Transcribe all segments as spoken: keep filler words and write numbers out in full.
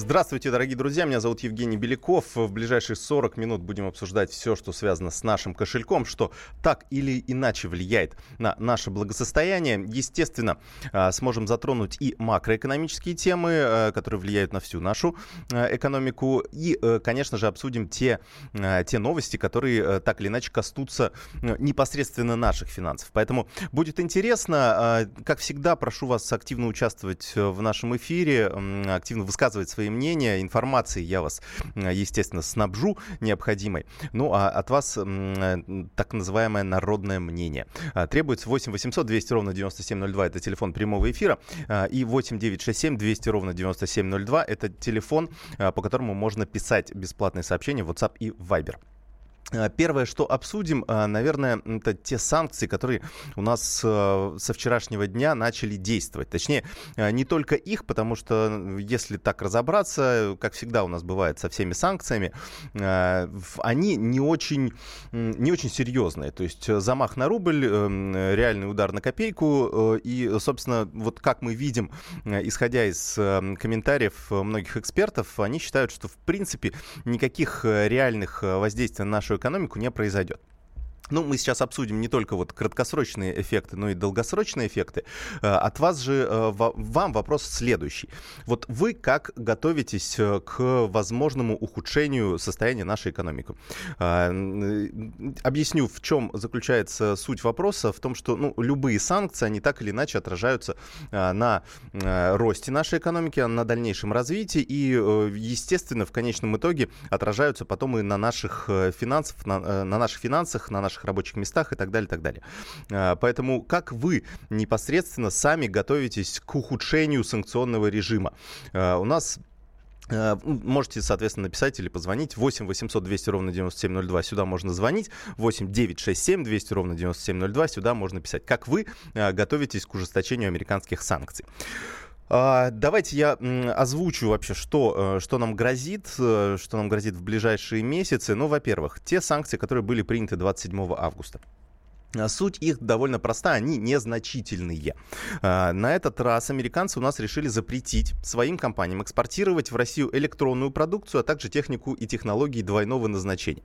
Здравствуйте, дорогие друзья, меня зовут Евгений Беляков. В ближайшие сорок минут будем обсуждать все, что связано с нашим кошельком, что так или иначе влияет на наше благосостояние. Естественно, сможем затронуть и макроэкономические темы, которые влияют на всю нашу экономику. И, конечно же, обсудим те, те новости, которые так или иначе коснутся непосредственно наших финансов. Поэтому будет интересно. Как всегда, прошу вас активно участвовать в нашем эфире, активно высказывать свои мнения, информации я вас, естественно, снабжу необходимой. Ну, а от вас так называемое народное мнение. Требуется восемь восемьсот двести ровно девяносто семь ноль два, это телефон прямого эфира, и восемь девятьсот шестьдесят семь двести ровно девяносто семь ноль два, это телефон, по которому можно писать бесплатные сообщения в WhatsApp и Viber. Первое, что обсудим, наверное, это те санкции, которые у нас со вчерашнего дня начали действовать. Точнее, не только их, потому что, если так разобраться, как всегда у нас бывает со всеми санкциями, они не очень, не очень серьезные. То есть замах на рубль, реальный удар на копейку. И, собственно, вот как мы видим, исходя из комментариев многих экспертов, они считают, что, в принципе, никаких реальных воздействий на нашу экономику не произойдет. Ну, мы сейчас обсудим не только вот краткосрочные эффекты, но и долгосрочные эффекты. От вас же, вам вопрос следующий. Вот вы как готовитесь к возможному ухудшению состояния нашей экономики? Объясню, в чем заключается суть вопроса. В том, что ну, любые санкции, они так или иначе отражаются на росте нашей экономики, на дальнейшем развитии и, естественно, в конечном итоге отражаются потом и на наших финансах, на, на наших финансах, на наших рабочих местах и так далее, так далее. Поэтому как вы непосредственно сами готовитесь к ухудшению санкционного режима? У нас можете, соответственно, написать или позвонить. восемь восемьсот двести ровно девяносто семь ноль два. Сюда можно звонить. восемь девятьсот шестьдесят семь двести ровно девяносто семь ноль два. Сюда можно писать. Как вы готовитесь к ужесточению американских санкций? Давайте я озвучу вообще, что, что нам грозит, что нам грозит в ближайшие месяцы. Ну, во-первых, те санкции, которые были приняты двадцать седьмого августа. Суть их довольно проста, они незначительные. На этот раз американцы у нас решили запретить своим компаниям экспортировать в Россию электронную продукцию, а также технику и технологии двойного назначения.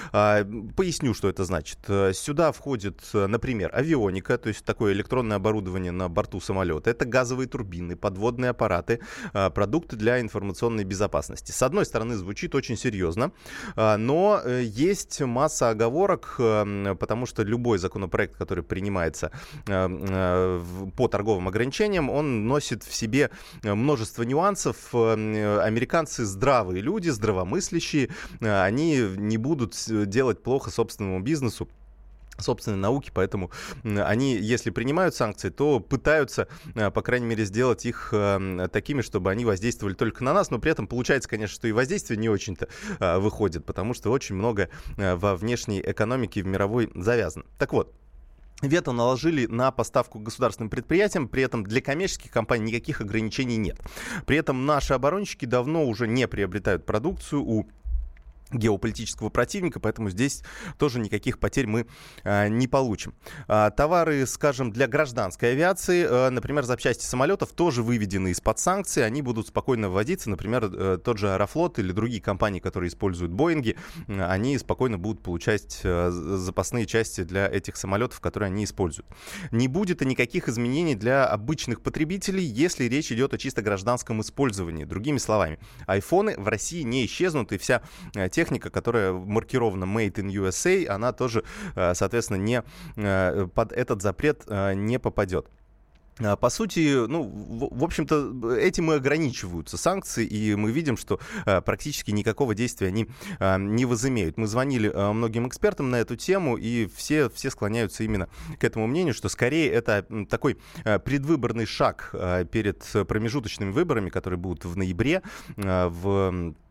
Поясню, что это значит. Сюда входит, например, авионика, то есть такое электронное оборудование на борту самолета. Это газовые турбины, подводные аппараты, продукты для информационной безопасности. С одной стороны, звучит очень серьезно, но есть масса оговорок, потому что любой закон законопроект, который принимается э, э, по торговым ограничениям, он носит в себе множество нюансов. Э, американцы здравые люди, здравомыслящие, э, они не будут делать плохо собственному бизнесу, собственной науки, поэтому они, если принимают санкции, то пытаются, по крайней мере, сделать их э, такими, чтобы они воздействовали только на нас, но при этом получается, конечно, что и воздействие не очень-то э, выходит, потому что очень много э, во внешней экономике в мировой завязано. Так вот, вето наложили на поставку государственным предприятиям, при этом для коммерческих компаний никаких ограничений нет. При этом наши оборонщики давно уже не приобретают продукцию у геополитического противника, поэтому здесь тоже никаких потерь мы а, не получим. А, товары, скажем, для гражданской авиации, а, например, запчасти самолетов тоже выведены из-под санкций, они будут спокойно вводиться, например, а, тот же Аэрофлот или другие компании, которые используют Боинги, а, они спокойно будут получать а, запасные части для этих самолетов, которые они используют. Не будет и никаких изменений для обычных потребителей, если речь идет о чисто гражданском использовании. Другими словами, айфоны в России не исчезнут, и вся а, техника, Техника, которая маркирована Made in ю эс эй, она тоже, соответственно, не, под этот запрет не попадет. По сути, ну, в общем-то, этим и ограничиваются санкции, и мы видим, что практически никакого действия они не возымеют. Мы звонили многим экспертам на эту тему, и все, все склоняются именно к этому мнению, что скорее это такой предвыборный шаг перед промежуточными выборами, которые будут в ноябре, в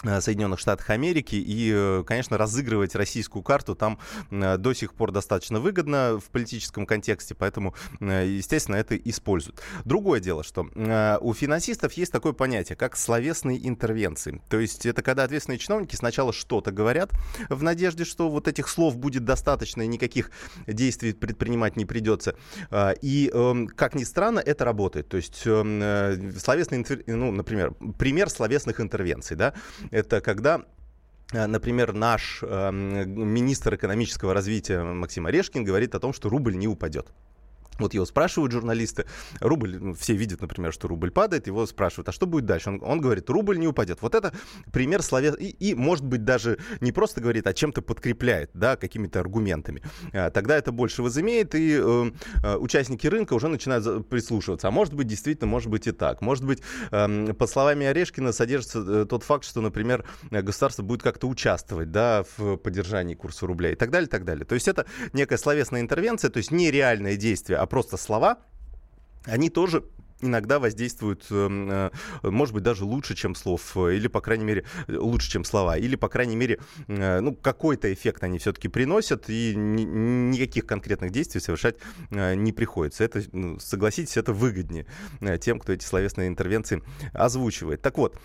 Соединенных Штатах Америки, и, конечно, разыгрывать российскую карту там до сих пор достаточно выгодно в политическом контексте, поэтому, естественно, это используют. Другое дело, что у финансистов есть такое понятие, как словесные интервенции. То есть это когда ответственные чиновники сначала что-то говорят в надежде, что вот этих слов будет достаточно и никаких действий предпринимать не придется. И, как ни странно, это работает. То есть словесные интервенции, ну, например, пример словесных интервенций, да, это когда, например, наш э, министр экономического развития Максим Орешкин говорит о том, что рубль не упадет. Вот его спрашивают журналисты, рубль, ну, все видят, например, что рубль падает, его спрашивают, а что будет дальше? Он, он говорит, рубль не упадет. Вот это пример словес... И, и, может быть, даже не просто говорит, а чем-то подкрепляет, да, какими-то аргументами. А, тогда это больше возымеет, и э, э, участники рынка уже начинают прислушиваться. А может быть, действительно, может быть и так. Может быть, э, под словами Орешкина содержится э, тот факт, что, например, государство будет как-то участвовать, да, в поддержании курса рубля и так далее, и так далее. То есть это некая словесная интервенция, то есть не реальное действие, а просто слова, они тоже иногда воздействуют, может быть, даже лучше, чем слов, или, по крайней мере, лучше, чем слова, или, по крайней мере, ну, какой-то эффект они все-таки приносят, и ни- никаких конкретных действий совершать не приходится. Это, ну, согласитесь, это выгоднее тем, кто эти словесные интервенции озвучивает. Так вот,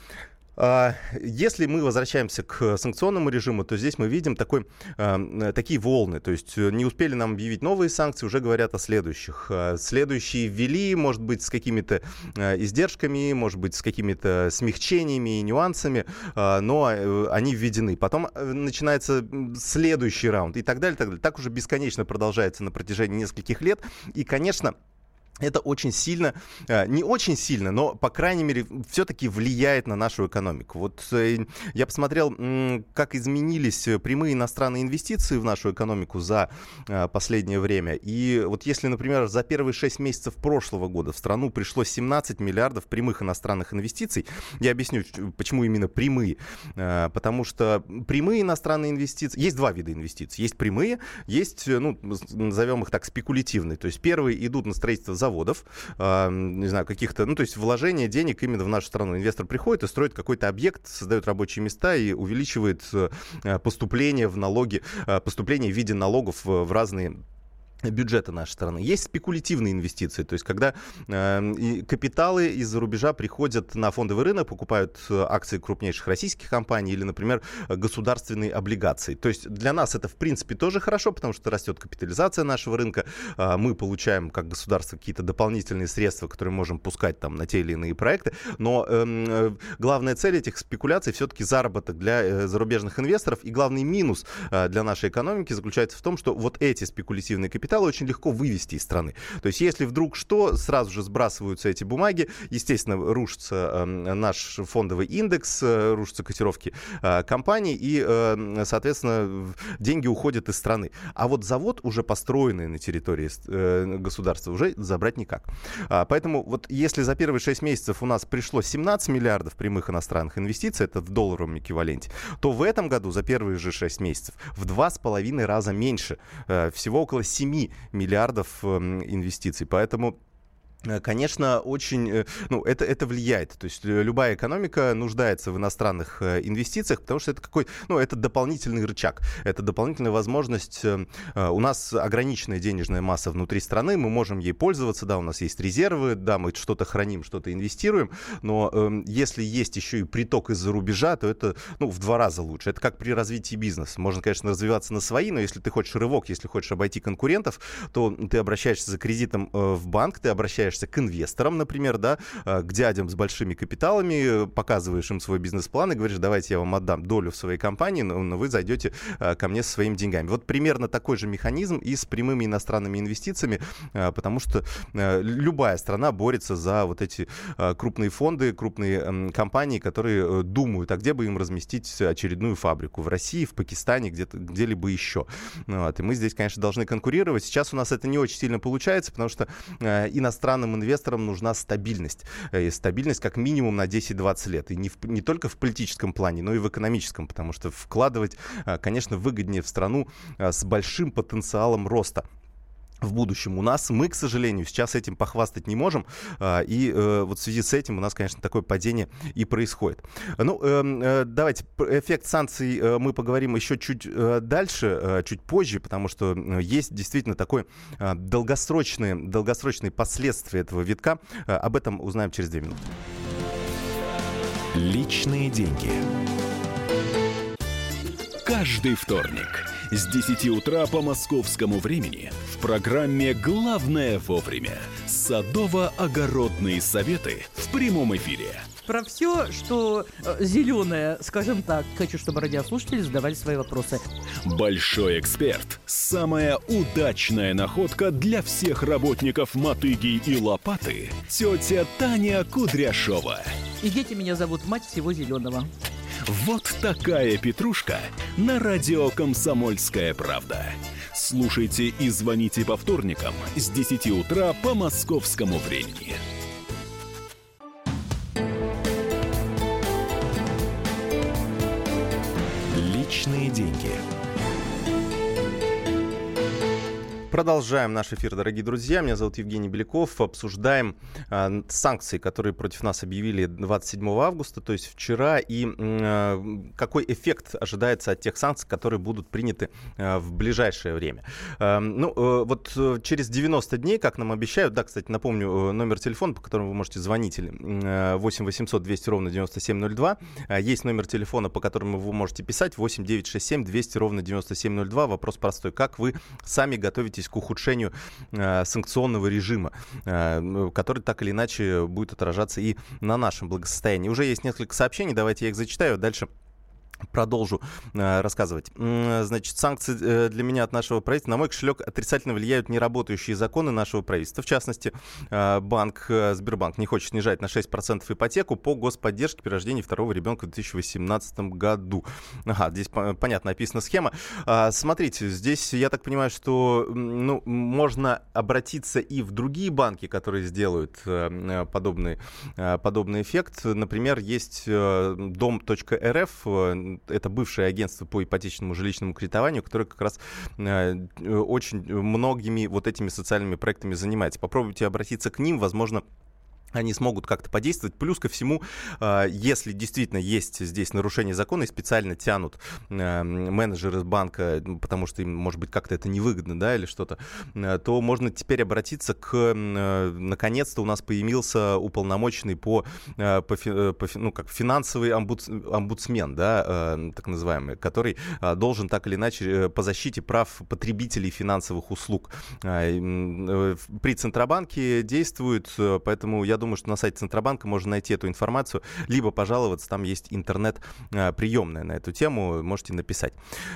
если мы возвращаемся к санкционному режиму, то здесь мы видим такой, э, такие волны. То есть не успели нам объявить новые санкции, уже говорят о следующих. Следующие ввели, может быть, с какими-то э, издержками, может быть, с какими-то смягчениями и нюансами, э, но э, они введены. Потом начинается следующий раунд и так далее, так далее. Так уже бесконечно продолжается на протяжении нескольких лет. И, конечно, это очень сильно, не очень сильно, но, по крайней мере, все-таки влияет на нашу экономику. Вот я посмотрел, как изменились прямые иностранные инвестиции в нашу экономику за последнее время. И вот если, например, за первые шесть месяцев прошлого года в страну пришло семнадцать миллиардов прямых иностранных инвестиций, я объясню, почему именно прямые. Потому что прямые иностранные инвестиции... Есть два вида инвестиций. Есть прямые, есть, ну, назовем их так, спекулятивные. То есть первые идут на строительство заводов, заводов, э, не знаю, каких-то, ну, то есть вложение денег именно в нашу страну. Инвестор приходит и строит какой-то объект, создает рабочие места и увеличивает э, поступление в налоги, э, поступление в виде налогов в, в разные бюджета нашей страны. Есть спекулятивные инвестиции, то есть когда э, капиталы из-за рубежа приходят на фондовый рынок, покупают акции крупнейших российских компаний или, например, государственные облигации. То есть для нас это, в принципе, тоже хорошо, потому что растет капитализация нашего рынка, э, мы получаем как государство какие-то дополнительные средства, которые можем пускать там на те или иные проекты, но э, главная цель этих спекуляций все-таки заработок для э, зарубежных инвесторов, и главный минус э, для нашей экономики заключается в том, что вот эти спекулятивные капиталы очень легко вывести из страны. То есть, если вдруг что, сразу же сбрасываются эти бумаги, естественно, рушится э, наш фондовый индекс, э, рушатся котировки э, компаний, и, э, соответственно, деньги уходят из страны. А вот завод, уже построенный на территории э, государства, уже забрать никак. А, поэтому вот если за первые шесть месяцев у нас пришло семнадцать миллиардов прямых иностранных инвестиций, это в долларовом эквиваленте, то в этом году за первые же шесть месяцев в два с половиной раза меньше, э, всего около семь миллиардов э, инвестиций. Поэтому, конечно, очень, ну, это, это влияет. То есть любая экономика нуждается в иностранных инвестициях, потому что это какой, ну, это дополнительный рычаг, это дополнительная возможность. У нас ограниченная денежная масса внутри страны, мы можем ей пользоваться, да, у нас есть резервы, да, мы что-то храним, что-то инвестируем, но э, если есть еще и приток из-за рубежа, то это, ну, в два раза лучше. Это как при развитии бизнеса. Можно, конечно, развиваться на свои, но если ты хочешь рывок, если хочешь обойти конкурентов, то ты обращаешься за кредитом э, в банк, ты обращаешься к инвесторам, например, да, к дядям с большими капиталами, показываешь им свой бизнес-план и говоришь, давайте я вам отдам долю в своей компании, но вы зайдете ко мне со своими деньгами. Вот примерно такой же механизм и с прямыми иностранными инвестициями, потому что любая страна борется за вот эти крупные фонды, крупные компании, которые думают, а где бы им разместить очередную фабрику? В России, в Пакистане, где-то, где-либо еще. Вот. И мы здесь, конечно, должны конкурировать. Сейчас у нас это не очень сильно получается, потому что иностранным инвесторам нужна стабильность. И стабильность как минимум на десять-двадцать лет. И не, в, не только в политическом плане, но и в экономическом, потому что вкладывать, конечно, выгоднее в страну с большим потенциалом роста. в будущем у нас. Мы, к сожалению, сейчас этим похвастать не можем, и э, вот в связи с этим у нас, конечно, такое падение и происходит. Ну, э, э, давайте, эффект санкций э, мы поговорим еще чуть э, дальше, э, чуть позже, потому что есть действительно такое э, долгосрочные, долгосрочные последствия этого витка. Э, об этом узнаем через две минуты. Личные деньги. Каждый вторник с десяти утра по московскому времени в программе «Главное вовремя» садово-огородные советы в прямом эфире. Про все, что э, зеленое, скажем так. Хочу, чтобы радиослушатели задавали свои вопросы. Большой эксперт. Самая удачная находка для всех работников мотыги и лопаты. Тетя Таня Кудряшова. И дети меня зовут мать всего зеленого. Вот такая петрушка на радио «Комсомольская правда». Слушайте и звоните по вторникам с десяти утра по московскому времени. Личные деньги. Продолжаем наш эфир, дорогие друзья. Меня зовут Евгений Беляков. Обсуждаем э, санкции, которые против нас объявили двадцать седьмого августа, то есть вчера, и э, какой эффект ожидается от тех санкций, которые будут приняты э, в ближайшее время. Э, ну, э, вот э, через девяносто дней, как нам обещают, да, кстати, напомню, э, номер телефона, по которому вы можете звонить, э, восемь восемьсот двести ровно девяносто семь ноль два. Э, есть номер телефона, по которому вы можете писать, восемь девятьсот шестьдесят семь двести ровно девяносто семь ноль два. Вопрос простой: как вы сами готовитесь к ухудшению э, санкционного режима, э, который так или иначе будет отражаться и на нашем благосостоянии. Уже есть несколько сообщений, давайте я их зачитаю, дальше продолжу э, рассказывать. Значит, санкции э, для меня от нашего правительства. На мой кошелек отрицательно влияют неработающие законы нашего правительства. В частности, э, банк э, Сбербанк не хочет снижать на шесть процентов ипотеку по господдержке при рождении второго ребенка в две тысячи восемнадцатом году. Ага, здесь по- понятно описана схема. А, смотрите, здесь я так понимаю, что ну, можно обратиться и в другие банки, которые сделают э, подобный, э, подобный эффект. Например, есть э, дом точка эр эф, это бывшее агентство по ипотечному жилищному кредитованию, которое как раз э, очень многими вот этими социальными проектами занимается. Попробуйте обратиться к ним, возможно, они смогут как-то подействовать. Плюс ко всему, если действительно есть здесь нарушение закона и специально тянут менеджеры банка, потому что им, может быть, как-то это невыгодно, да, или что-то, то можно теперь обратиться к... Наконец-то у нас появился уполномоченный по, по, по ну, как финансовый омбудс, омбудсмен, да, так называемый, который должен так или иначе по защите прав потребителей финансовых услуг. При Центробанке действует, поэтому я думаю, что на сайте Центробанка можно найти эту информацию, либо пожаловаться, там есть интернет-приемная на эту тему, можете написать.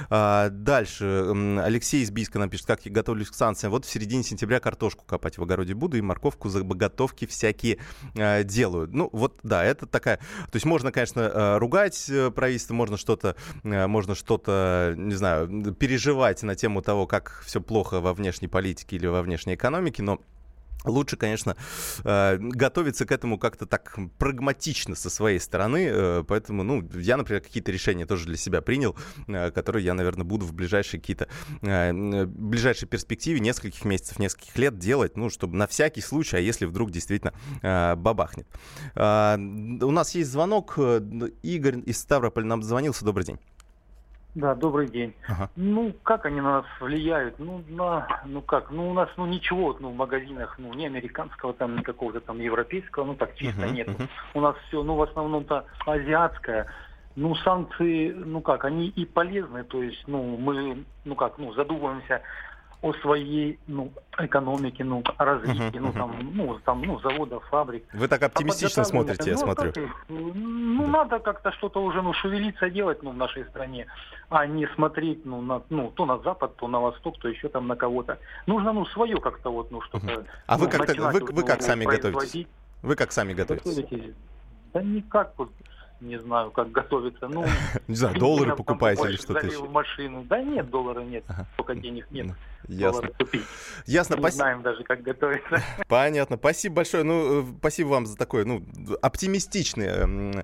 Дальше. Алексей из Бийска нам пишет: как я готовлюсь к санкциям. Вот в середине сентября картошку копать в огороде буду и морковку заготовки всякие делаю. Ну, вот, да, это такая... То есть можно, конечно, ругать правительство, можно что-то, можно что-то, не знаю, переживать на тему того, как все плохо во внешней политике или во внешней экономике, но лучше, конечно, э, готовиться к этому как-то так прагматично со своей стороны, э, поэтому, ну, я, например, какие-то решения тоже для себя принял, э, которые я, наверное, буду в ближайшие какие-то, э, ближайшей перспективе нескольких месяцев, нескольких лет делать, ну, чтобы на всякий случай, а если вдруг действительно э, бабахнет. Э, у нас есть звонок, Игорь из Ставрополя нам дозвонился, добрый день. Да, добрый день. Ага. Ну, как они на нас влияют? Ну, на, ну как, ну у нас, ну ничего, ну в магазинах, ну ни американского там, ни какого-то там европейского, ну так чисто uh-huh, нету. Uh-huh. У нас все, ну в основном-то азиатское. Ну, санкции, ну как, они и полезны, то есть, ну мы, ну как, ну задумываемся о своей, ну, экономике, ну, о развитии, uh-huh, ну, там, uh-huh. ну, там, ну, заводов, фабрик. Вы так оптимистично а смотрите, я ну, смотрю. Как, ну, да. Надо как-то что-то уже, ну, шевелиться делать, ну, в нашей стране, а не смотреть, ну, на, ну, то на запад, то на восток, то еще там на кого-то. Нужно, ну, свое как-то вот, ну, что-то. Uh-huh. А ну, вы как-то, вы, вы как сами готовитесь? Вы как сами готовитесь? готовитесь? Да никак вот. не знаю, как готовиться. Ну, не знаю, доллары покупаете или что-то еще? Машину. Да нет, доллара нет, ага. Пока денег нет. Ясно. Ясно. Не Пос... знаем даже, как готовиться. Понятно. Спасибо большое. Ну, спасибо вам за такое, ну, оптимистичное,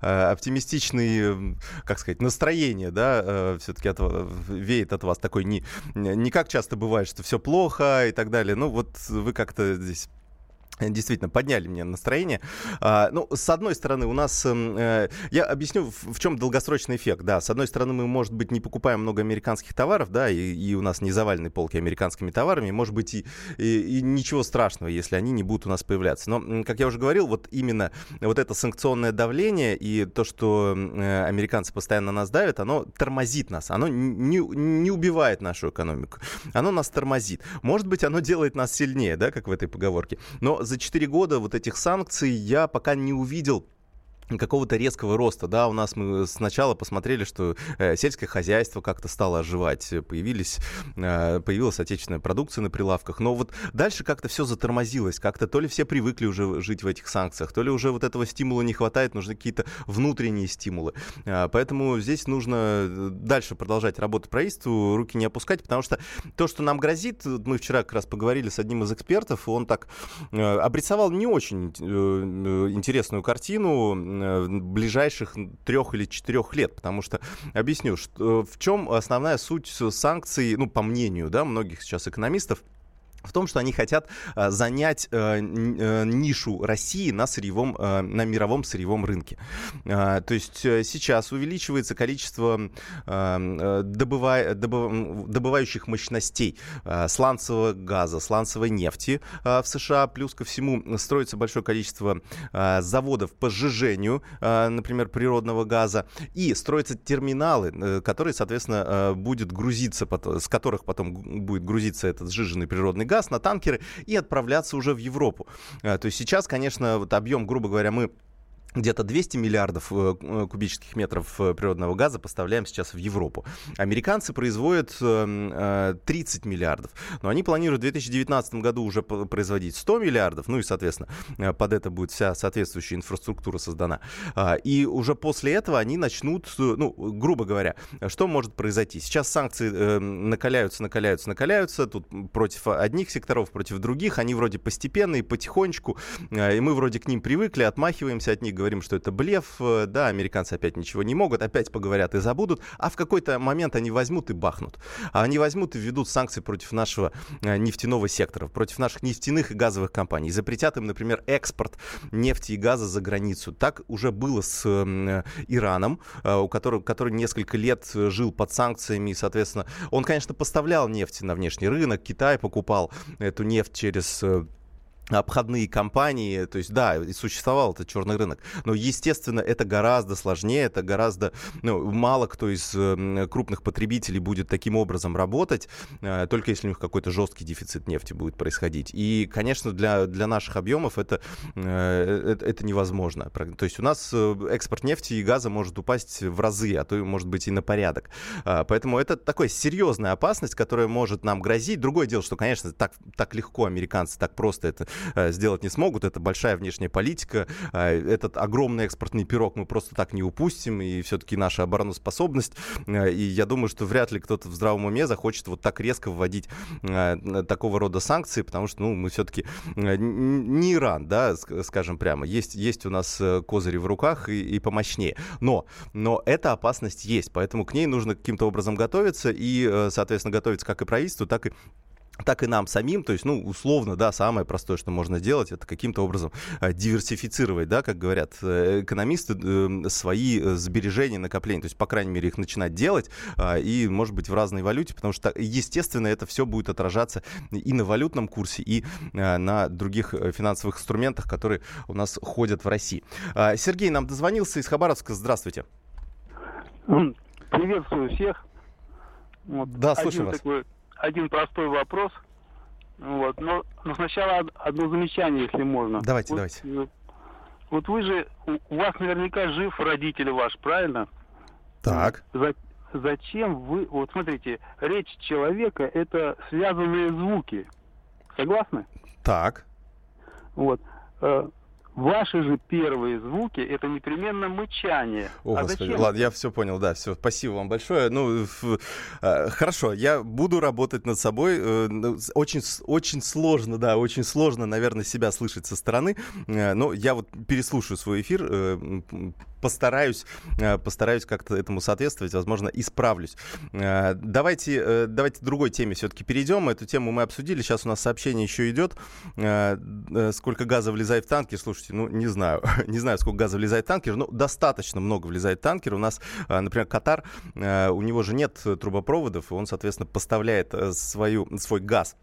оптимистичное, как сказать, настроение, да, все-таки от, веет от вас такой, не, не как часто бывает, что все плохо и так далее. Ну, вот вы как-то здесь действительно подняли мне настроение. А, ну, с одной стороны, у нас... Э, я объясню, в, в чем долгосрочный эффект. Да, с одной стороны, мы, может быть, не покупаем много американских товаров, да, и, и у нас не завалены полки американскими товарами. Может быть, и, и, и ничего страшного, если они не будут у нас появляться. Но, как я уже говорил, вот именно вот это санкционное давление и то, что э, американцы постоянно нас давят, оно тормозит нас. Оно не, не убивает нашу экономику. Оно нас тормозит. Может быть, оно делает нас сильнее, да, как в этой поговорке. Но за четыре года вот этих санкций я пока не увидел какого-то резкого роста, да, у нас мы сначала посмотрели, что э, сельское хозяйство как-то стало оживать, появились, э, появилась отечественная продукция на прилавках, но вот дальше как-то все затормозилось, как-то то ли все привыкли уже жить в этих санкциях, то ли уже вот этого стимула не хватает, нужны какие-то внутренние стимулы, э, поэтому здесь нужно дальше продолжать работу правительству, руки не опускать, потому что то, что нам грозит, мы вчера как раз поговорили с одним из экспертов, он так э, обрисовал не очень э, интересную картину ближайших трех или четырех лет, потому что, объясню, что, в чем основная суть санкций, ну, по мнению, да, многих сейчас экономистов, в том, что они хотят а, занять а, нишу России на сырьевом, а, на мировом сырьевом рынке. А, то есть а, сейчас увеличивается количество а, добыва, добыв, добывающих мощностей а, сланцевого газа, сланцевой нефти а, в США. Плюс ко всему строится большое количество а, заводов по сжижению, а, например, природного газа. И строятся терминалы, а, которые, соответственно, а, будет грузиться, с которых потом будет грузиться этот сжиженный природный газ на танкеры и отправляться уже в Европу. То есть сейчас, конечно, вот объем, грубо говоря, мы где-то двести миллиардов э, кубических метров э, природного газа поставляем сейчас в Европу. Американцы производят э, тридцать миллиардов. Но они планируют в две тысячи девятнадцатом году уже производить сто миллиардов. Ну и, соответственно, э, под это будет вся соответствующая инфраструктура создана. А, и уже после этого они начнут, ну, грубо говоря, что может произойти? Сейчас санкции э, накаляются, накаляются, накаляются. Тут против одних секторов, против других. Они вроде постепенно и потихонечку. Э, и мы вроде к ним привыкли, отмахиваемся от них, говорим, что это блеф, да, американцы опять ничего не могут, опять поговорят и забудут, а в какой-то момент они возьмут и бахнут. А они возьмут и введут санкции против нашего нефтяного сектора, против наших нефтяных и газовых компаний. Запретят им, например, экспорт нефти и газа за границу. Так уже было с э, Ираном, э, у которого, который несколько лет жил под санкциями, и, соответственно, он, конечно, поставлял нефть на внешний рынок, Китай покупал эту нефть через... Э, обходные компании, то есть, да, существовал этот черный рынок, но, естественно, это гораздо сложнее, это гораздо, ну, мало кто из э, крупных потребителей будет таким образом работать, э, только если у них какой-то жесткий дефицит нефти будет происходить. И, конечно, для, для наших объемов это, э, это, это невозможно. То есть у нас экспорт нефти и газа может упасть в разы, а то, может быть, и на порядок. Э, поэтому это такая серьезная опасность, которая может нам грозить. Другое дело, что, конечно, так, так легко американцы, так просто это сделать не смогут. Это большая внешняя политика. Этот огромный экспортный пирог мы просто так не упустим. И все-таки наша обороноспособность. И я думаю, что вряд ли кто-то в здравом уме захочет вот так резко вводить такого рода санкции, потому что, ну, мы все-таки не Иран, да, скажем прямо. Есть, есть у нас козыри в руках и, и помощнее. Но, но эта опасность есть. Поэтому к ней нужно каким-то образом готовиться. И, соответственно, готовиться как и правительству, так и так и нам самим, то есть, ну, условно, да, самое простое, что можно сделать, это каким-то образом э, диверсифицировать, да, как говорят э, экономисты, э, свои э, сбережения, накопления, то есть, по крайней мере, их начинать делать, э, и, может быть, в разной валюте, потому что, естественно, это все будет отражаться и на валютном курсе, и э, на других финансовых инструментах, которые у нас ходят в России. Э, Сергей нам дозвонился из Хабаровска, здравствуйте. Приветствую всех. Вот. Да, слушаю вас. Такой... Один простой вопрос, вот, но, но сначала одно замечание, если можно. Давайте, вот, давайте. Вот вы же, у вас наверняка жив родитель ваш, правильно? Так. За, зачем вы, вот смотрите, речь человека — это связанные звуки, согласны? Так. Вот. ваши же первые звуки — это непременно мычание. О, а Господи, зачем? ладно, я все понял, да, все, спасибо вам большое. Ну, ф, э, хорошо, я буду работать над собой. Э, очень, очень сложно, да, очень сложно, наверное, себя слышать со стороны. Э, но я вот переслушаю свой эфир, э, постараюсь, э, постараюсь как-то этому соответствовать, возможно, исправлюсь. Э, давайте, э, давайте к другой теме все-таки перейдем. Эту тему мы обсудили, сейчас у нас сообщение еще идет. Э, э, сколько газа влезает в танкер? Слушайте, ну, не знаю, не знаю, сколько газа влезает в танкер, но достаточно много влезает в танкер. У нас, например, Катар, у него же нет трубопроводов, и он, соответственно, поставляет свою, свой газ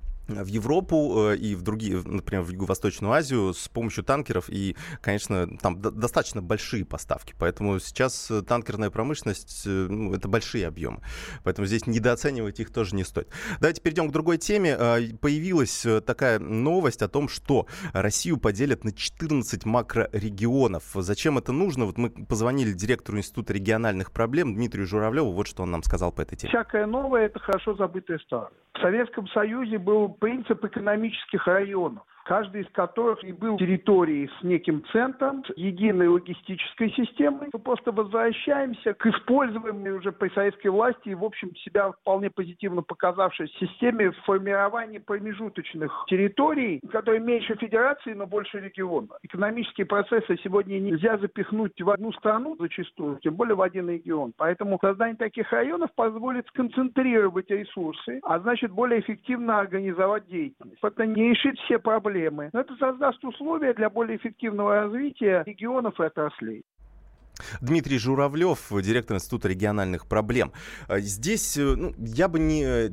в Европу и в другие, например, в Юго-Восточную Азию с помощью танкеров. И, конечно, там д- достаточно большие поставки. Поэтому сейчас танкерная промышленность, ну, это большие объемы. Поэтому здесь недооценивать их тоже не стоит. Давайте перейдем к другой теме. Появилась такая новость о том, что Россию поделят на четырнадцать макрорегионов. Зачем это нужно? Вот мы позвонили директору Института региональных проблем Дмитрию Журавлеву. Вот что он нам сказал по этой теме. Всякое новое – это хорошо забытое старое. В Советском Союзе был принцип экономических районов, каждый из которых и был территорией с неким центром, с единой логистической системой. Мы просто возвращаемся к используемой уже при советской власти и, в общем, себя вполне позитивно показавшей системе формирования промежуточных территорий, которые меньше федерации, но больше региона. Экономические процессы сегодня нельзя запихнуть в одну страну зачастую, тем более в один регион. Поэтому создание таких районов позволит сконцентрировать ресурсы, а значит более эффективно организовать деятельность. Это не решит все проблемы. Но это создаст условия для более эффективного развития регионов и отраслей. Дмитрий Журавлев, директор Института региональных проблем. Здесь, ну, я бы не,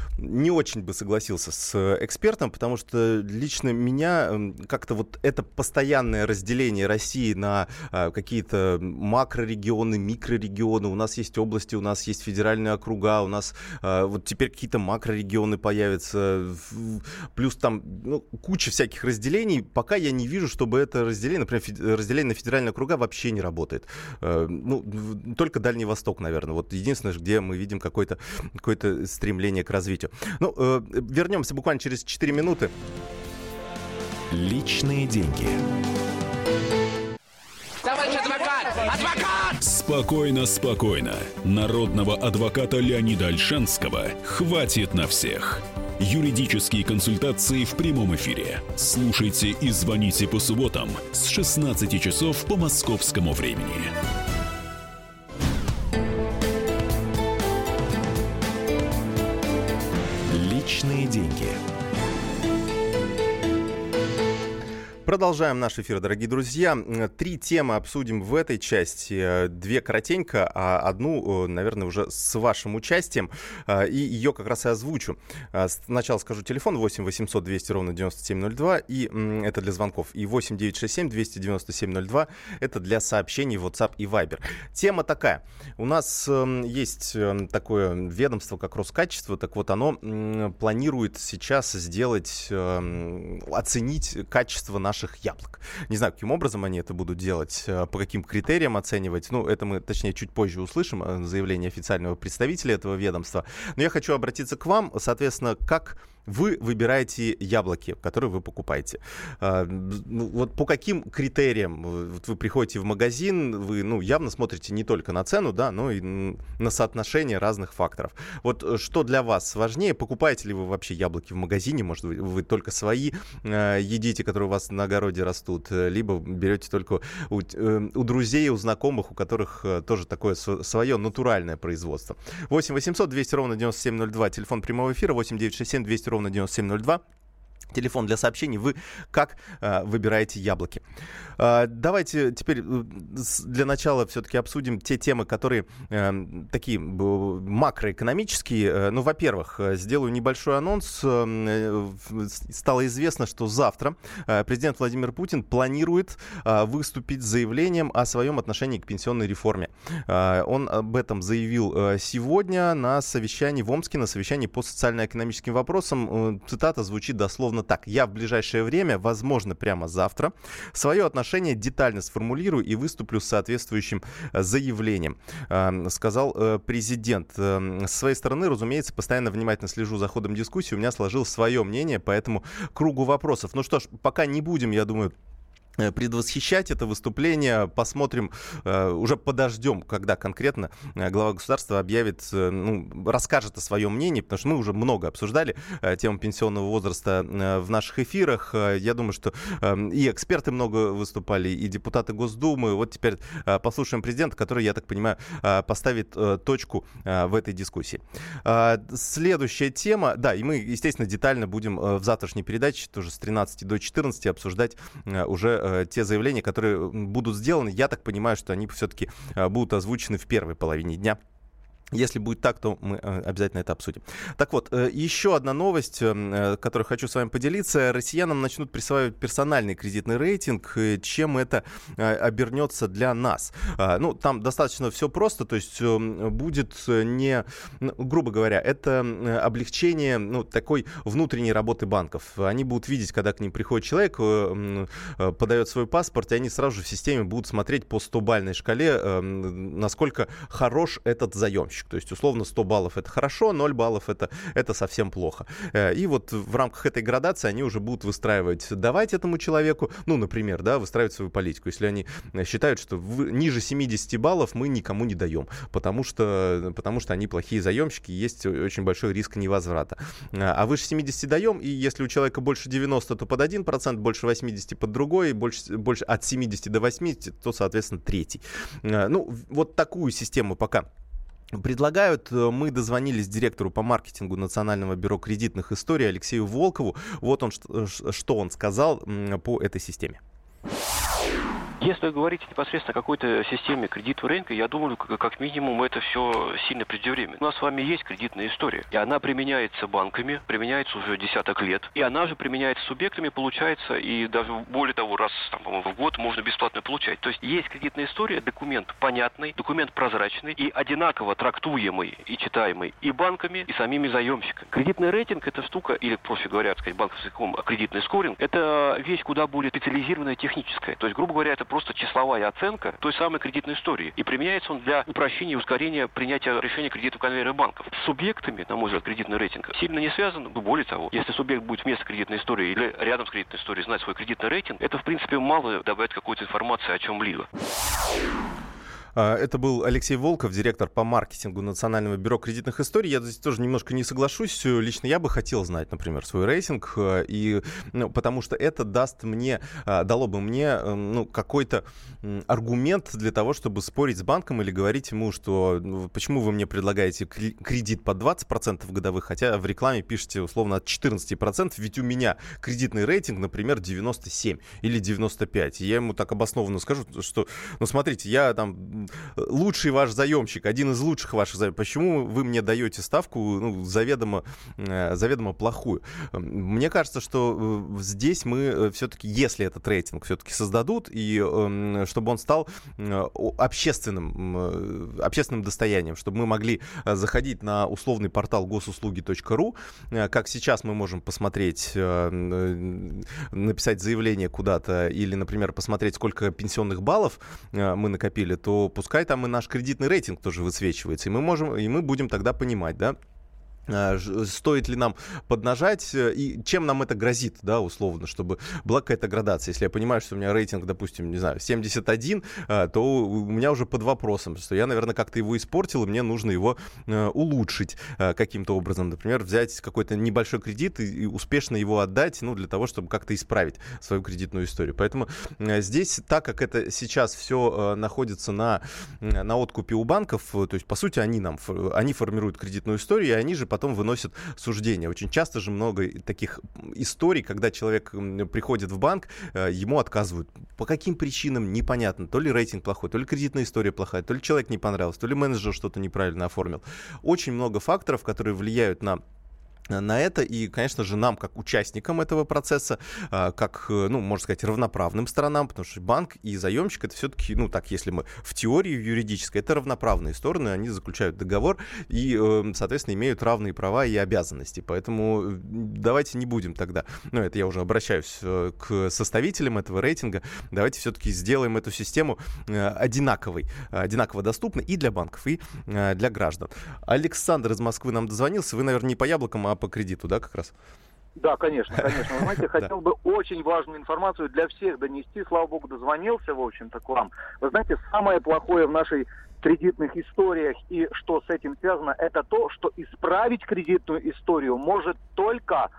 не очень бы согласился с экспертом, потому что лично меня как-то вот это постоянное разделение России на какие-то макрорегионы, микрорегионы, у нас есть области, у нас есть федеральные округа, у нас вот теперь какие-то макрорегионы появятся, плюс там, ну, куча всяких разделений. Пока я не вижу, чтобы это разделение, например, разделение на федеральные округа вообще не работает. Ну, только Дальний Восток, наверное. Вот единственное, где мы видим какое-то, какое-то стремление к развитию. Ну, э, вернемся буквально через четыре минуты. Личные деньги. Товарищ адвокат! Адвокат! Спокойно, спокойно. Народного адвоката Леонида Ольшанского хватит на всех. Юридические консультации в прямом эфире. Слушайте и звоните по субботам с шестнадцати часов по московскому времени. Личные деньги. Продолжаем наш эфир, дорогие друзья. Три темы обсудим в этой части. Две коротенько, а одну, наверное, уже с вашим участием. И ее как раз и озвучу. Сначала скажу телефон восемь восемьсот двести ровно девяносто семь ноль два. И это для звонков. И восемь девятьсот шестьдесят семь двести девяносто семь ноль два. Это для сообщений в WhatsApp и Viber. Тема такая. У нас есть такое ведомство, как Роскачество. Так вот, оно планирует сейчас сделать, оценить качество наших яблок. Не знаю, каким образом они это будут делать, по каким критериям оценивать. Ну, это мы, точнее, чуть позже услышим, заявление официального представителя этого ведомства. Но я хочу обратиться к вам, соответственно, как вы выбираете яблоки, которые вы покупаете. Вот по каким критериям? Вот вы приходите в магазин, вы, ну, явно смотрите не только на цену, да, но и на соотношение разных факторов. Вот что для вас важнее? Покупаете ли вы вообще яблоки в магазине? Может, вы, вы только свои э, едите, которые у вас на огороде растут, либо берете только у, э, у друзей, у знакомых, у которых э, тоже такое свое натуральное производство. восемь восемьсот двести ровно девяносто семь ноль два, телефон прямого эфира, восемь девятьсот шестьдесят семь двести ровно девяносто семь ноль два. Телефон для сообщений. Вы как э, выбираете яблоки? Э, давайте теперь э, для начала все-таки обсудим те темы, которые э, такие э, макроэкономические. Э, ну, во-первых, сделаю небольшой анонс. Э, стало известно, что завтра э, президент Владимир Путин планирует э, выступить с заявлением о своем отношении к пенсионной реформе. Э, он об этом заявил э, сегодня на совещании в Омске, на совещании по социально-экономическим вопросам. Э, цитата звучит дословно так. «Я в ближайшее время, возможно, прямо завтра, свое отношение детально сформулирую и выступлю с соответствующим заявлением», э, сказал э, президент. Э, с своей стороны, разумеется, постоянно внимательно слежу за ходом дискуссии. У меня сложилось свое мнение по этому кругу вопросов. Ну что ж, пока не будем, я думаю, предвосхищать это выступление. Посмотрим, уже подождем, когда конкретно глава государства объявит, ну, расскажет о своем мнении, потому что мы уже много обсуждали тему пенсионного возраста в наших эфирах. Я думаю, что и эксперты много выступали, и депутаты Госдумы. Вот теперь послушаем президента, который, я так понимаю, поставит точку в этой дискуссии. Следующая тема, да, и мы, естественно, детально будем в завтрашней передаче, тоже с тринадцати до четырнадцати, обсуждать уже те заявления, которые будут сделаны. Я так понимаю, что они все-таки будут озвучены в первой половине дня. Если будет так, то мы обязательно это обсудим. Так вот, еще одна новость, которой хочу с вами поделиться. Россиянам начнут присваивать персональный кредитный рейтинг. Чем это обернется для нас? Ну, там достаточно все просто. То есть будет не, грубо говоря, это облегчение, ну, такой внутренней работы банков. Они будут видеть, когда к ним приходит человек, подает свой паспорт, и они сразу же в системе будут смотреть по сто-бальной шкале, насколько хорош этот заемщик. То есть, условно, сто баллов — это хорошо, ноль баллов — это, это совсем плохо. И вот в рамках этой градации они уже будут выстраивать, давать этому человеку, ну, например, да, выстраивать свою политику. Если они считают, что в, ниже семидесяти баллов мы никому не даем, потому что, потому что они плохие заемщики, есть очень большой риск невозврата. А выше семидесяти даем, и если у человека больше девяноста, то под один процент, больше восьмидесяти под другой, больше, больше от семидесяти до восьмидесяти, то, соответственно, третий. Ну, вот такую систему пока предлагают. Мы дозвонились директору по маркетингу Национального бюро кредитных историй Алексею Волкову. Вот он, что он сказал по этой системе. Если говорить непосредственно о какой-то системе кредитного рынка, я думаю, как минимум это все сильно преждевременно. У нас с вами есть кредитная история, и она применяется банками, применяется уже десяток лет, и она же применяется субъектами, получается, и даже более того, раз там, по-моему, в год можно бесплатно получать. То есть есть кредитная история, документ понятный, документ прозрачный и одинаково трактуемый и читаемый и банками, и самими заемщиками. Кредитный рейтинг — это штука, или, проще говоря, так сказать, банковским языком, кредитный скоринг — это вещь куда более специализированная, техническая. То есть, грубо говоря, это просто числовая оценка той самой кредитной истории. И применяется он для упрощения и ускорения принятия решения кредитов конвейера банков. С субъектами, на мой взгляд, кредитный рейтинг сильно не связан. Но более того, если субъект будет вместо кредитной истории или рядом с кредитной историей знать свой кредитный рейтинг, это, в принципе, мало добавит какой-то информации о чем-либо. Это был Алексей Волков, директор по маркетингу Национального бюро кредитных историй. Я здесь тоже немножко не соглашусь. Лично я бы хотел знать, например, свой рейтинг, и, ну, потому что это даст мне, дало бы мне ну, какой-то аргумент для того, чтобы спорить с банком или говорить ему, что почему вы мне предлагаете кредит под двадцать процентов годовых, хотя в рекламе пишете условно от четырнадцати процентов, ведь у меня кредитный рейтинг, например, девяносто семь или девяносто пять. И я ему так обоснованно скажу, что, ну, смотрите, я там лучший ваш заемщик, один из лучших ваших заемщиков. Почему вы мне даете ставку, ну, заведомо, заведомо плохую? Мне кажется, что здесь мы все-таки, если этот рейтинг все-таки создадут, и чтобы он стал общественным, общественным достоянием, чтобы мы могли заходить на условный портал госуслуги точка ру, как сейчас мы можем посмотреть, написать заявление куда-то или, например, посмотреть, сколько пенсионных баллов мы накопили, то пускай там и наш кредитный рейтинг тоже высвечивается, и мы можем, и мы будем тогда понимать, да, стоит ли нам поднажать и чем нам это грозит, да, условно, чтобы была какая-то градация. Если я понимаю, что у меня рейтинг, допустим, не знаю, семьдесят один, то у меня уже под вопросом, что я, наверное, как-то его испортил, и мне нужно его улучшить каким-то образом. Например, взять какой-то небольшой кредит и успешно его отдать, ну, для того, чтобы как-то исправить свою кредитную историю. Поэтому здесь, так как это сейчас все находится на, на откупе у банков, то есть, по сути, они нам, они формируют кредитную историю, и они же потом выносят суждения. Очень часто же много таких историй, когда человек приходит в банк, ему отказывают. По каким причинам, непонятно. То ли рейтинг плохой, то ли кредитная история плохая, то ли человек не понравился, то ли менеджер что-то неправильно оформил. Очень много факторов, которые влияют на на это, и, конечно же, нам, как участникам этого процесса, как, ну, можно сказать, равноправным сторонам, потому что банк и заемщик — это все-таки, ну, так, если мы в теории юридической, это равноправные стороны, они заключают договор и, соответственно, имеют равные права и обязанности, поэтому давайте не будем тогда, ну, это я уже обращаюсь к составителям этого рейтинга, давайте все-таки сделаем эту систему одинаковой, одинаково доступной и для банков, и для граждан. Александр из Москвы нам дозвонился, вы, наверное, не по яблокам, а по кредиту, да, как раз? Да, конечно, конечно. Вы знаете, хотел бы очень важную информацию для всех донести. Слава богу, дозвонился, в общем-то, к вам. Вы знаете, самое плохое в нашей кредитных историях и что с этим связано, это то, что исправить кредитную историю может только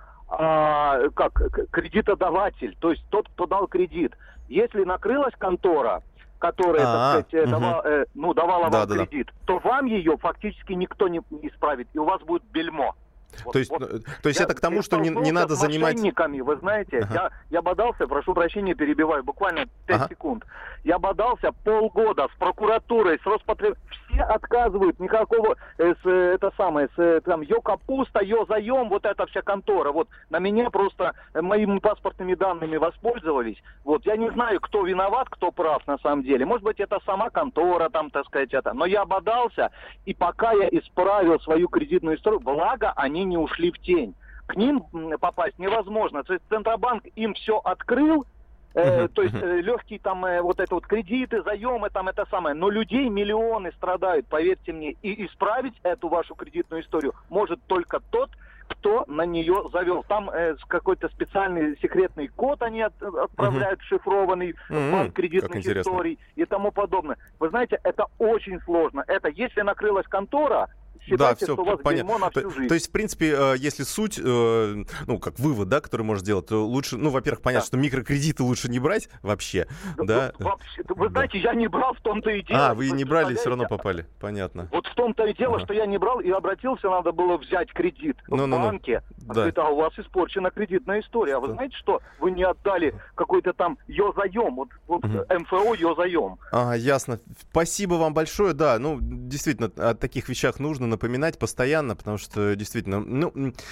а, как кредитодаватель, то есть тот, кто дал кредит. Если накрылась контора, которая, А-а-а. так сказать, давала, э, ну, давала да, вам да, кредит, да. то вам ее фактически никто не, не исправит, и у вас будет бельмо. Вот, то есть, вот. то есть это к тому, что не, не надо с занимать... мошенниками, вы знаете, ага. я, я бодался, прошу прощения, перебиваю, буквально пять ага. секунд. Я бодался полгода с прокуратурой, с Роспотреб... Все отказывают, никакого, э, с, это самое, с, там, ё капуста, ё заем, вот эта вся контора. Вот на меня просто моими паспортными данными воспользовались. Вот я не знаю, кто виноват, кто прав на самом деле. Может быть, это сама контора, там, так сказать, это. Но я бодался, и пока я исправил свою кредитную историю, благо они не ушли в тень. К ним попасть невозможно. То есть Центробанк им все открыл, э, uh-huh, то есть uh-huh. э, легкие там э, вот это вот кредиты, заемы, там это самое. Но людей миллионы страдают, поверьте мне. И исправить эту вашу кредитную историю может только тот, кто на нее завел. Там э, какой-то специальный секретный код они от, отправляют, uh-huh. шифрованный uh-huh. в банк кредитных историй и тому подобное. Вы знаете, это очень сложно. Это если накрылась контора, считайте, да, все, что у вас понятно. На всю жизнь. То есть, в принципе, если суть, ну, как вывод, да, который можно сделать, то лучше, ну, во-первых, понятно, да. что микрокредиты лучше не брать вообще, да? да? Вообще, вы знаете, да. я не брал, в том-то и дело. А, вы не брали, все равно попали, понятно. Вот в том-то и дело, ага. что я не брал, и обратился, надо было взять кредит ну, в ну, банке. Ну, да. Говорит, а у вас испорчена кредитная история. А вы знаете, что вы не отдали какой-то там ё-заем, вот, вот угу. эм эф о ё-заем. А, ясно. Спасибо вам большое, да, ну, действительно, о таких вещах нужно напоминать постоянно, потому что действительно, ну,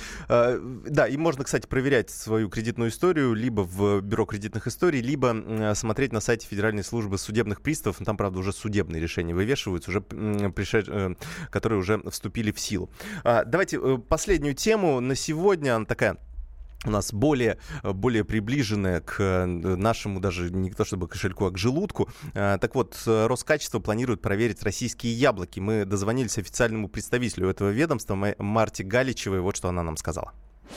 э, да, и можно, кстати, проверять свою кредитную историю либо в бюро кредитных историй, либо э, смотреть на сайте Федеральной службы судебных приставов, там, правда, уже судебные решения вывешиваются, уже э, пришед... э, которые уже вступили в силу. А, давайте э, последнюю тему на сегодня, она такая у нас более, более приближенная к нашему, даже не то чтобы кошельку, а к желудку. Так вот, Роскачество планирует проверить российские яблоки. Мы дозвонились официальному представителю этого ведомства Марте Галичевой. Вот что она нам сказала.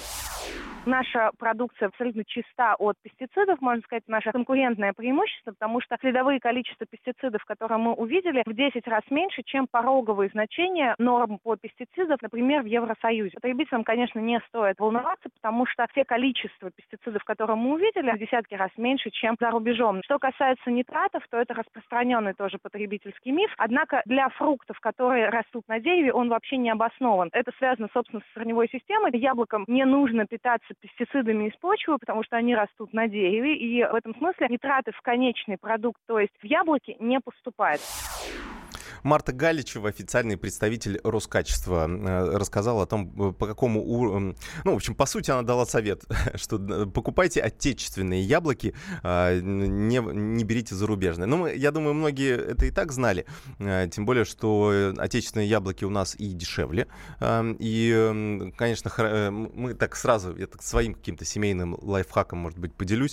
Наша продукция абсолютно чиста от пестицидов, можно сказать, наше конкурентное преимущество, потому что следовые количества пестицидов, которые мы увидели, в десять раз меньше, чем пороговые значения норм по пестицидам, например, в Евросоюзе. Потребителям, конечно, не стоит волноваться, потому что все количества пестицидов, которые мы увидели, в десятки раз меньше, чем за рубежом. Что касается нитратов, то это распространенный тоже потребительский миф. Однако для фруктов, которые растут на дереве, он вообще не обоснован. Это связано, собственно, с корневой системой. Яблокам не нужно питаться пестицидами из почвы, потому что они растут на дереве, и в этом смысле нитраты в конечный продукт, то есть в яблоки, не поступают. Марта Галичева, официальный представитель Роскачества, рассказала о том, по какому... Ну, в общем, по сути, она дала совет, что покупайте отечественные яблоки, не, не берите зарубежные. Ну, я думаю, многие это и так знали, тем более, что отечественные яблоки у нас и дешевле. И, конечно, мы так сразу, я так своим каким-то семейным лайфхаком, может быть, поделюсь.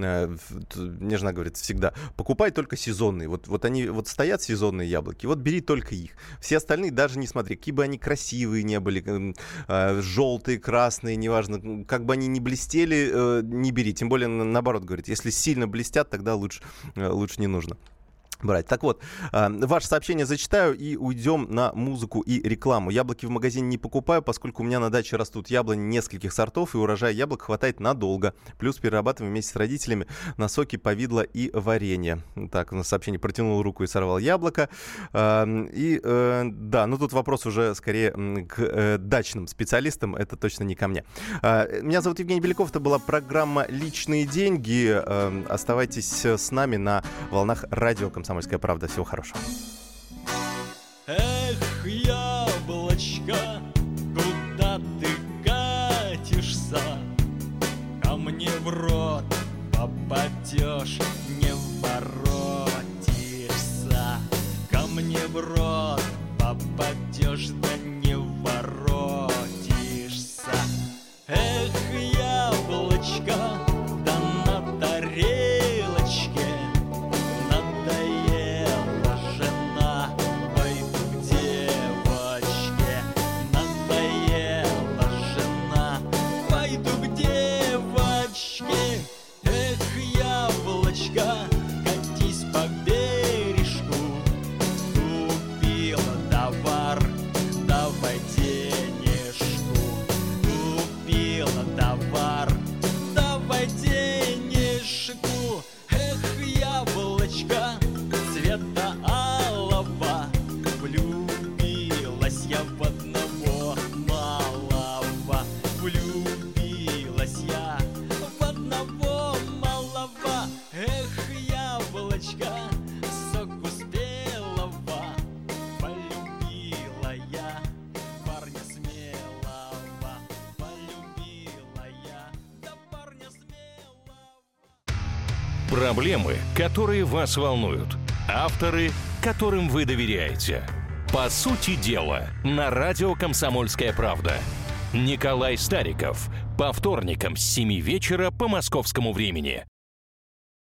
Мне жена говорит всегда, покупай только сезонные. Вот, вот они вот стоят сезонные яблоки, вот бери только их. Все остальные даже не смотри, какие бы они красивые не были, э, желтые, красные, неважно, как бы они ни блестели, э, не бери. Тем более, наоборот, говорит, если сильно блестят, тогда лучше, э, лучше не нужно брать. Так вот, э, ваше сообщение зачитаю и уйдем на музыку и рекламу. Яблоки в магазине не покупаю, поскольку у меня на даче растут яблони нескольких сортов, и урожая яблок хватает надолго. Плюс перерабатываем вместе с родителями на соки, повидло и варенье. Так, у нас сообщение: протянул руку и сорвал яблоко. Э, и э, да, ну тут вопрос уже скорее к э, дачным специалистам, это точно не ко мне. Э, меня зовут Евгений Беляков, это была программа «Личные деньги». Э, оставайтесь с нами на волнах радио «Комсомольская правда». Всего хорошего. Эх, яблочко, куда ты катишься? Ко мне в рот попадешь, не воротишься. Ко мне в рот попадешь, да не воротишься. Эх, яблочко, да на тарелочке надоела жена. Пойду к девочке, надоела жена. Пойду к девочке. товар. Давай денежку, эх, яблочко цвета алого. Влюбилась я в одного малого. Влюбилась я в одного малого. Эх, яблочко соку спелого. Полюбила я парня смелого. Полюбила я да парня смелого. Проблемы, которые вас волнуют. Авторы, которым вы доверяете. По сути дела, на радио «Комсомольская правда». Николай Стариков. По вторникам с семи вечера по московскому времени.